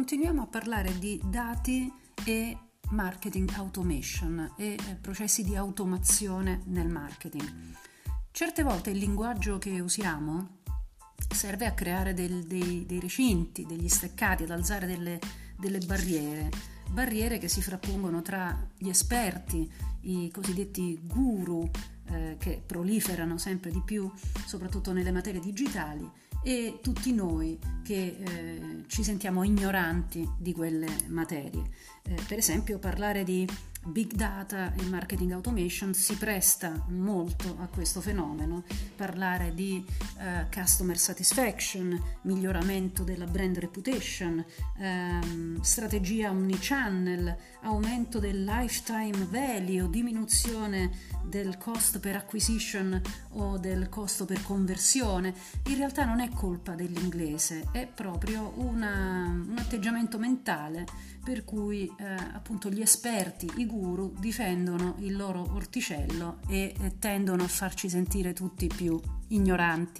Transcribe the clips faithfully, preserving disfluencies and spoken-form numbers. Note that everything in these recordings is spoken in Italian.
Continuiamo a parlare di dati e marketing automation e eh, processi di automazione nel marketing. Certe volte il linguaggio che usiamo serve a creare del, dei, dei recinti, degli steccati, ad alzare delle, delle barriere, barriere che si frappongono tra gli esperti, i cosiddetti guru eh, che proliferano sempre di più, soprattutto nelle materie digitali, e tutti noi che eh, ci sentiamo ignoranti di quelle materie. Eh, per esempio, parlare di big data e marketing automation si presta molto a questo fenomeno. Parlare di uh, customer satisfaction, miglioramento della brand reputation, ehm, strategia omnichannel, aumento del lifetime value, diminuzione del cost per acquisition o del costo per conversione. In realtà non è colpa dell'inglese, è proprio una, un atteggiamento mentale per cui eh, appunto gli esperti, i guru, difendono il loro orticello e eh, tendono a farci sentire tutti più ignoranti.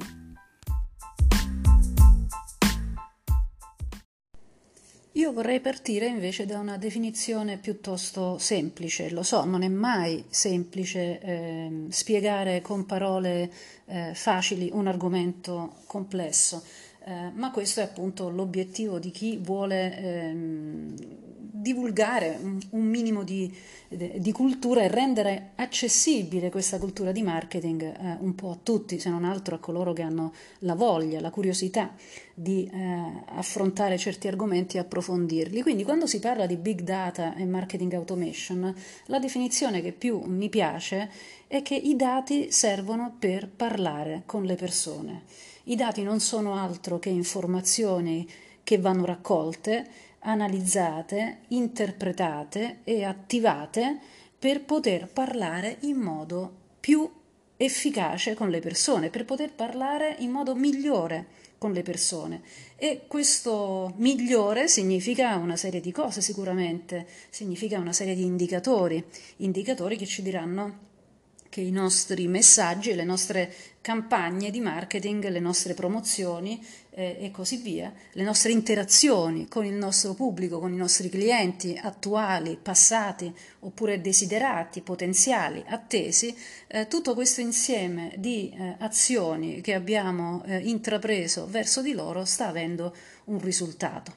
Io vorrei partire invece da una definizione piuttosto semplice. Lo so, non è mai semplice eh, spiegare con parole eh, facili un argomento complesso. Eh, ma questo è appunto l'obiettivo di chi vuole ehm, divulgare un, un minimo di, di cultura e rendere accessibile questa cultura di marketing eh, un po' a tutti, se non altro a coloro che hanno la voglia, la curiosità di eh, affrontare certi argomenti e approfondirli. Quindi quando si parla di big data e marketing automation, la definizione che più mi piace è che i dati servono per parlare con le persone. I dati non sono altro che informazioni che vanno raccolte, analizzate, interpretate e attivate per poter parlare in modo più efficace con le persone, per poter parlare in modo migliore con le persone. E questo migliore significa una serie di cose sicuramente, significa una serie di indicatori, indicatori che ci diranno che i nostri messaggi, le nostre campagne di marketing, le nostre promozioni eh, e così via, le nostre interazioni con il nostro pubblico, con i nostri clienti attuali, passati oppure desiderati, potenziali, attesi, eh, tutto questo insieme di eh, azioni che abbiamo eh, intrapreso verso di loro sta avendo un risultato.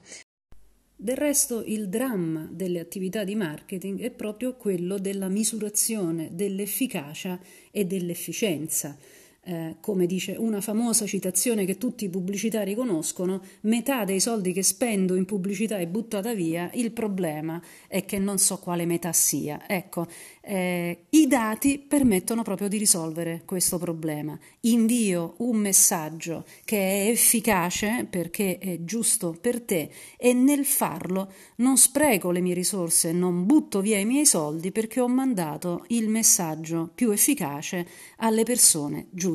Del resto il dramma delle attività di marketing è proprio quello della misurazione dell'efficacia e dell'efficienza. Eh, come dice una famosa citazione che tutti i pubblicitari conoscono, metà dei soldi che spendo in pubblicità è buttata via, il problema è che non so quale metà sia. Ecco, eh, i dati permettono proprio di risolvere questo problema. Invio un messaggio che è efficace perché è giusto per te e nel farlo non spreco le mie risorse, non butto via i miei soldi perché ho mandato il messaggio più efficace alle persone giuste.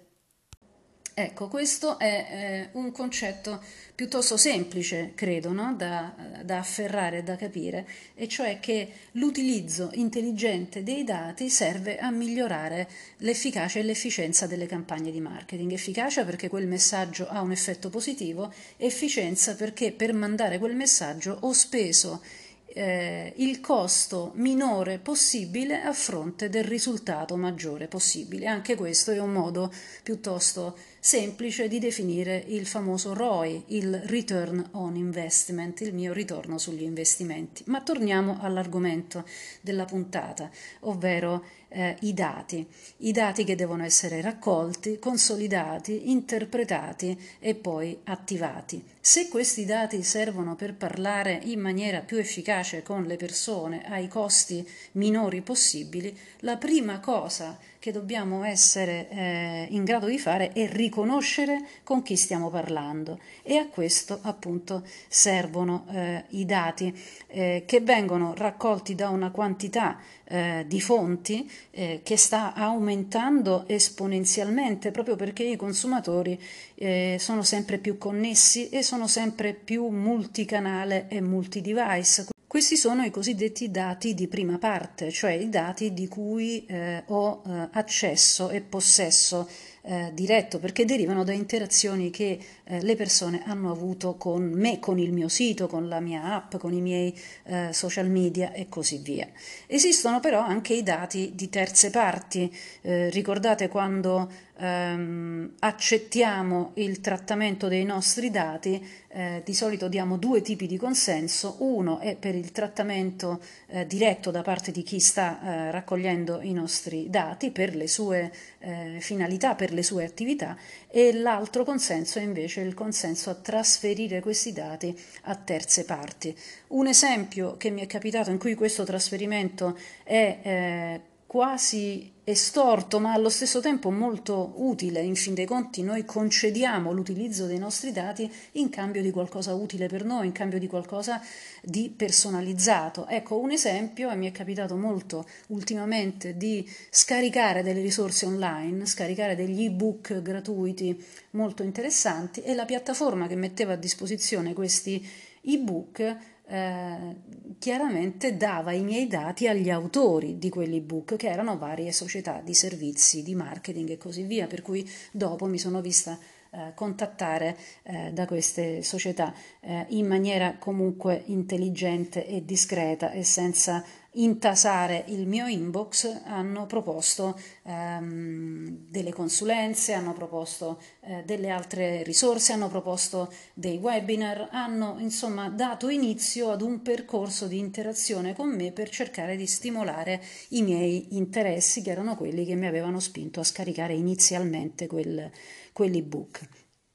Ecco, questo è eh, un concetto piuttosto semplice, credo, no? da, da afferrare e da capire, e cioè che l'utilizzo intelligente dei dati serve a migliorare l'efficacia e l'efficienza delle campagne di marketing. Efficacia perché quel messaggio ha un effetto positivo, efficienza perché per mandare quel messaggio ho speso Eh, il costo minore possibile a fronte del risultato maggiore possibile. Anche questo è un modo piuttosto semplice di definire il famoso R O I, il Return on Investment, il mio ritorno sugli investimenti. Ma torniamo all'argomento della puntata, ovvero eh, i dati. I dati che devono essere raccolti, consolidati, interpretati e poi attivati. Se questi dati servono per parlare in maniera più efficace con le persone ai costi minori possibili, la prima cosa che dobbiamo essere eh, in grado di fare è riconoscere con chi stiamo parlando, e a questo appunto servono eh, i dati eh, che vengono raccolti da una quantità eh, di fonti eh, che sta aumentando esponenzialmente proprio perché i consumatori eh, sono sempre più connessi e sono sempre più multicanale e multidevice. Questi sono i cosiddetti dati di prima parte, cioè i dati di cui eh, ho eh, accesso e possesso eh, diretto, perché derivano da interazioni che eh, le persone hanno avuto con me, con il mio sito, con la mia app, con i miei eh, social media e così via. Esistono però anche i dati di terze parti. Eh, ricordate quando ehm, accettiamo il trattamento dei nostri dati, eh, di solito diamo due tipi di consenso. Uno è per il trattamento eh, diretto da parte di chi sta eh, raccogliendo i nostri dati per le sue eh, finalità, per le sue attività, e l'altro consenso è invece il consenso a trasferire questi dati a terze parti. Un esempio che mi è capitato in cui questo trasferimento è eh, quasi estorto, ma allo stesso tempo molto utile. In fin dei conti noi concediamo l'utilizzo dei nostri dati in cambio di qualcosa utile per noi, in cambio di qualcosa di personalizzato. Ecco, un esempio, e mi è capitato molto ultimamente di scaricare delle risorse online, scaricare degli ebook gratuiti molto interessanti, e la piattaforma che metteva a disposizione questi ebook eh, chiaramente dava i miei dati agli autori di quell'ebook, che erano varie società di servizi, di marketing e così via, per cui dopo mi sono vista eh, contattare eh, da queste società eh, in maniera comunque intelligente e discreta e senza intasare il mio inbox. Hanno proposto ehm, delle consulenze, hanno proposto eh, delle altre risorse, hanno proposto dei webinar, hanno insomma dato inizio ad un percorso di interazione con me per cercare di stimolare i miei interessi, che erano quelli che mi avevano spinto a scaricare inizialmente quel, quell'ebook.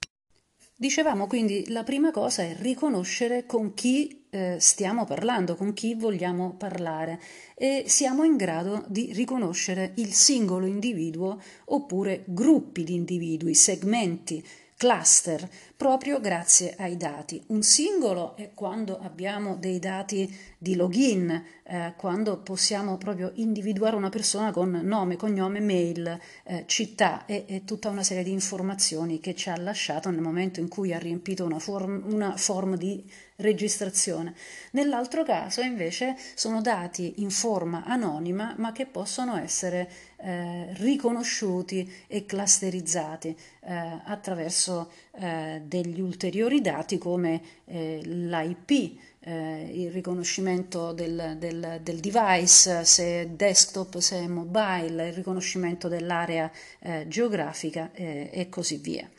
Dicevamo quindi la prima cosa è riconoscere con chi eh, stiamo parlando, con chi vogliamo parlare, e siamo in grado di riconoscere il singolo individuo oppure gruppi di individui, segmenti, cluster, proprio grazie ai dati. Un singolo è quando abbiamo dei dati di login, eh, quando possiamo proprio individuare una persona con nome, cognome, mail, eh, città e, e tutta una serie di informazioni che ci ha lasciato nel momento in cui ha riempito una form, una form di registrazione. Nell'altro caso invece sono dati in forma anonima, ma che possono essere eh, riconosciuti e clusterizzati eh, attraverso eh, degli ulteriori dati come eh, l'I P, eh, il riconoscimento del, del, del device, se è desktop, se è mobile, il riconoscimento dell'area eh, geografica eh, e così via.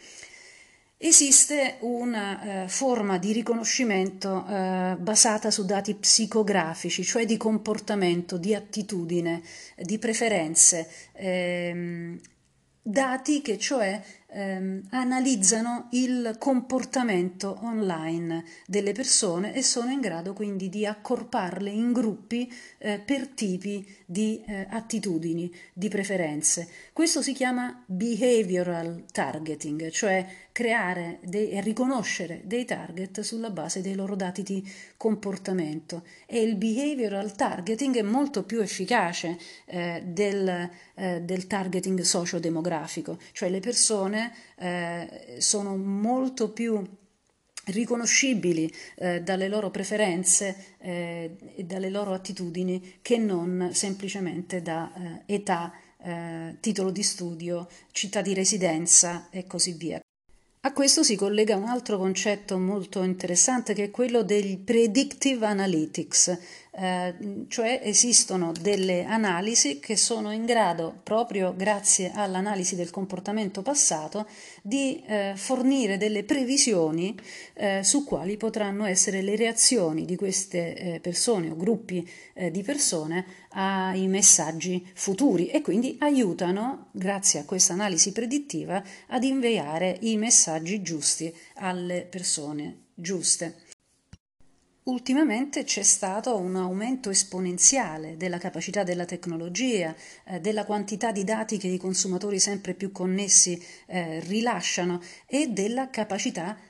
Esiste una eh, forma di riconoscimento eh, basata su dati psicografici, cioè di comportamento, di attitudine, di preferenze, ehm, dati che cioè ehm, analizzano il comportamento online delle persone e sono in grado quindi di accorparle in gruppi eh, per tipi di eh, attitudini, di preferenze. Questo si chiama behavioral targeting, cioè creare e riconoscere dei target sulla base dei loro dati di comportamento, e il behavioral targeting è molto più efficace eh, del, eh, del targeting sociodemografico, cioè le persone eh, sono molto più riconoscibili eh, dalle loro preferenze eh, e dalle loro attitudini che non semplicemente da eh, età, eh, titolo di studio, città di residenza e così via. A questo si collega un altro concetto molto interessante, che è quello del predictive analytics, eh, cioè esistono delle analisi che sono in grado, proprio grazie all'analisi del comportamento passato, di eh, fornire delle previsioni eh, su quali potranno essere le reazioni di queste eh, persone o gruppi eh, di persone ai messaggi futuri, e quindi aiutano, grazie a questa analisi predittiva, ad inviare i messaggi giusti alle persone giuste. Ultimamente c'è stato un aumento esponenziale della capacità della tecnologia, eh, della quantità di dati che i consumatori sempre più connessi eh, rilasciano, e della capacità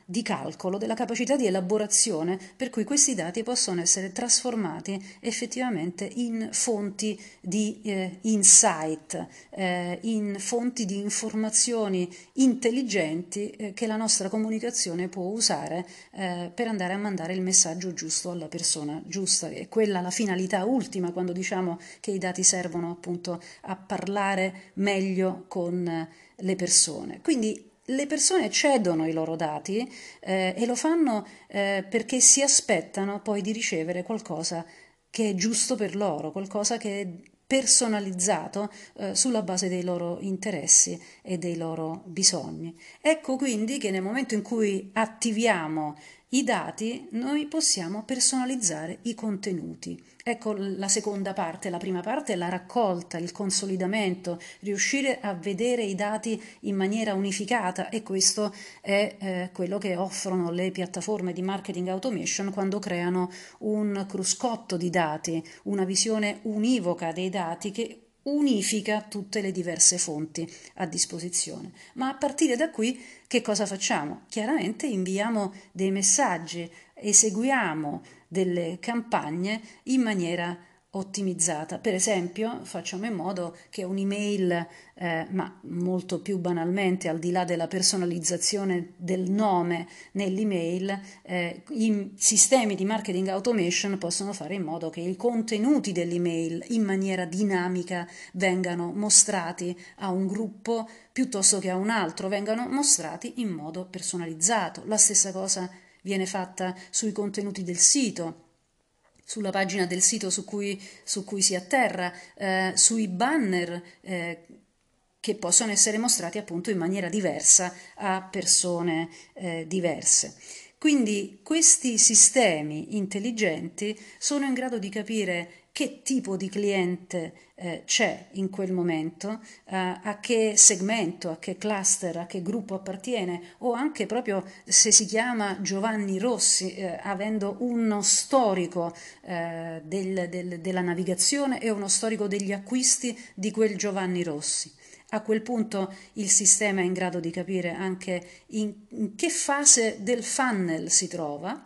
di calcolo, della capacità di elaborazione per cui questi dati possono essere trasformati effettivamente in fonti di eh, insight, eh, in fonti di informazioni intelligenti eh, che la nostra comunicazione può usare eh, per andare a mandare il messaggio giusto alla persona giusta. E quella la finalità ultima quando diciamo che i dati servono appunto a parlare meglio con le persone. Quindi le persone cedono i loro dati eh, e lo fanno eh, perché si aspettano poi di ricevere qualcosa che è giusto per loro, qualcosa che è personalizzato eh, sulla base dei loro interessi e dei loro bisogni. Ecco quindi che nel momento in cui attiviamo i dati noi possiamo personalizzare i contenuti. Ecco la seconda parte, la prima parte è la raccolta, il consolidamento, riuscire a vedere i dati in maniera unificata e questo è eh, quello che offrono le piattaforme di marketing automation quando creano un cruscotto di dati, una visione univoca dei dati che unifica tutte le diverse fonti a disposizione. Ma a partire da qui che cosa facciamo? Chiaramente inviamo dei messaggi, eseguiamo delle campagne in maniera ottimizzata. Per esempio, facciamo in modo che un'email, eh, ma molto più banalmente, al di là della personalizzazione del nome nell'email, eh, i sistemi di marketing automation possono fare in modo che i contenuti dell'email in maniera dinamica vengano mostrati a un gruppo piuttosto che a un altro, vengano mostrati in modo personalizzato. La stessa cosa viene fatta sui contenuti del sito, sulla pagina del sito su cui, su cui si atterra, eh, sui banner eh, che possono essere mostrati appunto in maniera diversa a persone eh, diverse. Quindi questi sistemi intelligenti sono in grado di capire che tipo di cliente eh, c'è in quel momento, eh, a che segmento, a che cluster, a che gruppo appartiene o anche proprio se si chiama Giovanni Rossi, eh, avendo uno storico eh, del, del, della navigazione e uno storico degli acquisti di quel Giovanni Rossi. A quel punto il sistema è in grado di capire anche in, in che fase del funnel si trova,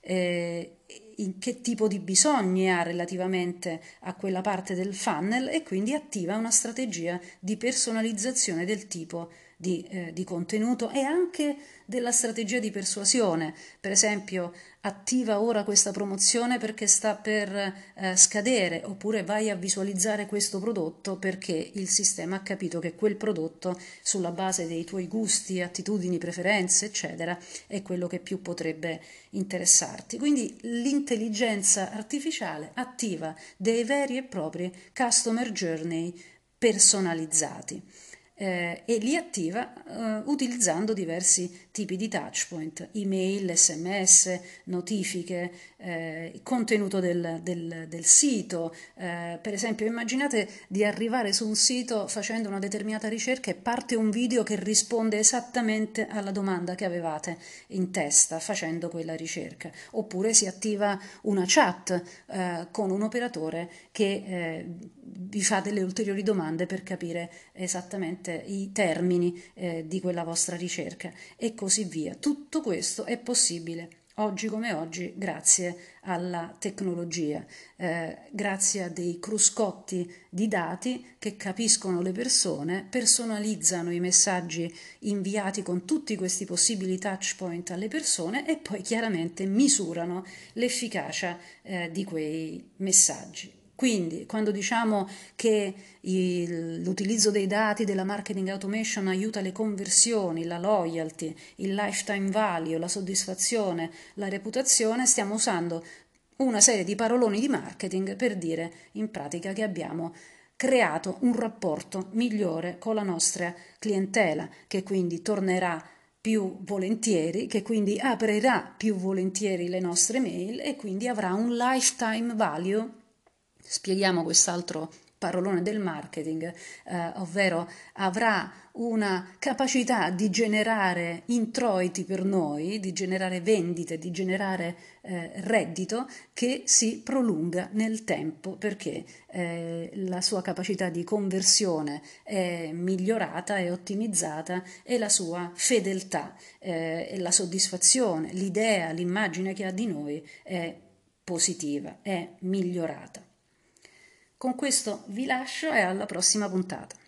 eh, in che tipo di bisogni ha relativamente a quella parte del funnel e quindi attiva una strategia di personalizzazione del tipo di, eh, di contenuto e anche della strategia di persuasione. Per esempio, attiva ora questa promozione perché sta per eh, scadere, oppure vai a visualizzare questo prodotto perché il sistema ha capito che quel prodotto, sulla base dei tuoi gusti, attitudini, preferenze, eccetera, è quello che più potrebbe interessarti. Quindi l'intelligenza artificiale attiva dei veri e propri customer journey personalizzati. Eh, e li attiva eh, utilizzando diversi tipi di touchpoint, email, sms, notifiche, eh, contenuto del, del, del sito. Eh, per esempio, immaginate di arrivare su un sito facendo una determinata ricerca e parte un video che risponde esattamente alla domanda che avevate in testa facendo quella ricerca, oppure si attiva una chat eh, con un operatore che eh, vi fa delle ulteriori domande per capire esattamente i termini eh, di quella vostra ricerca e così via. Tutto questo è possibile oggi come oggi grazie alla tecnologia, eh, grazie a dei cruscotti di dati che capiscono le persone, personalizzano i messaggi inviati con tutti questi possibili touch point alle persone e poi chiaramente misurano l'efficacia eh, di quei messaggi. Quindi, quando diciamo che il, l'utilizzo dei dati della marketing automation aiuta le conversioni, la loyalty, il lifetime value, la soddisfazione, la reputazione, stiamo usando una serie di paroloni di marketing per dire in pratica che abbiamo creato un rapporto migliore con la nostra clientela, che quindi tornerà più volentieri, che quindi aprirà più volentieri le nostre mail e quindi avrà un lifetime value. Spieghiamo quest'altro parolone del marketing, eh, ovvero avrà una capacità di generare introiti per noi, di generare vendite, di generare eh, reddito che si prolunga nel tempo, perché eh, la sua capacità di conversione è migliorata, è ottimizzata, e la sua fedeltà eh, e la soddisfazione, l'idea, l'immagine che ha di noi è positiva, è migliorata. Con questo vi lascio e alla prossima puntata.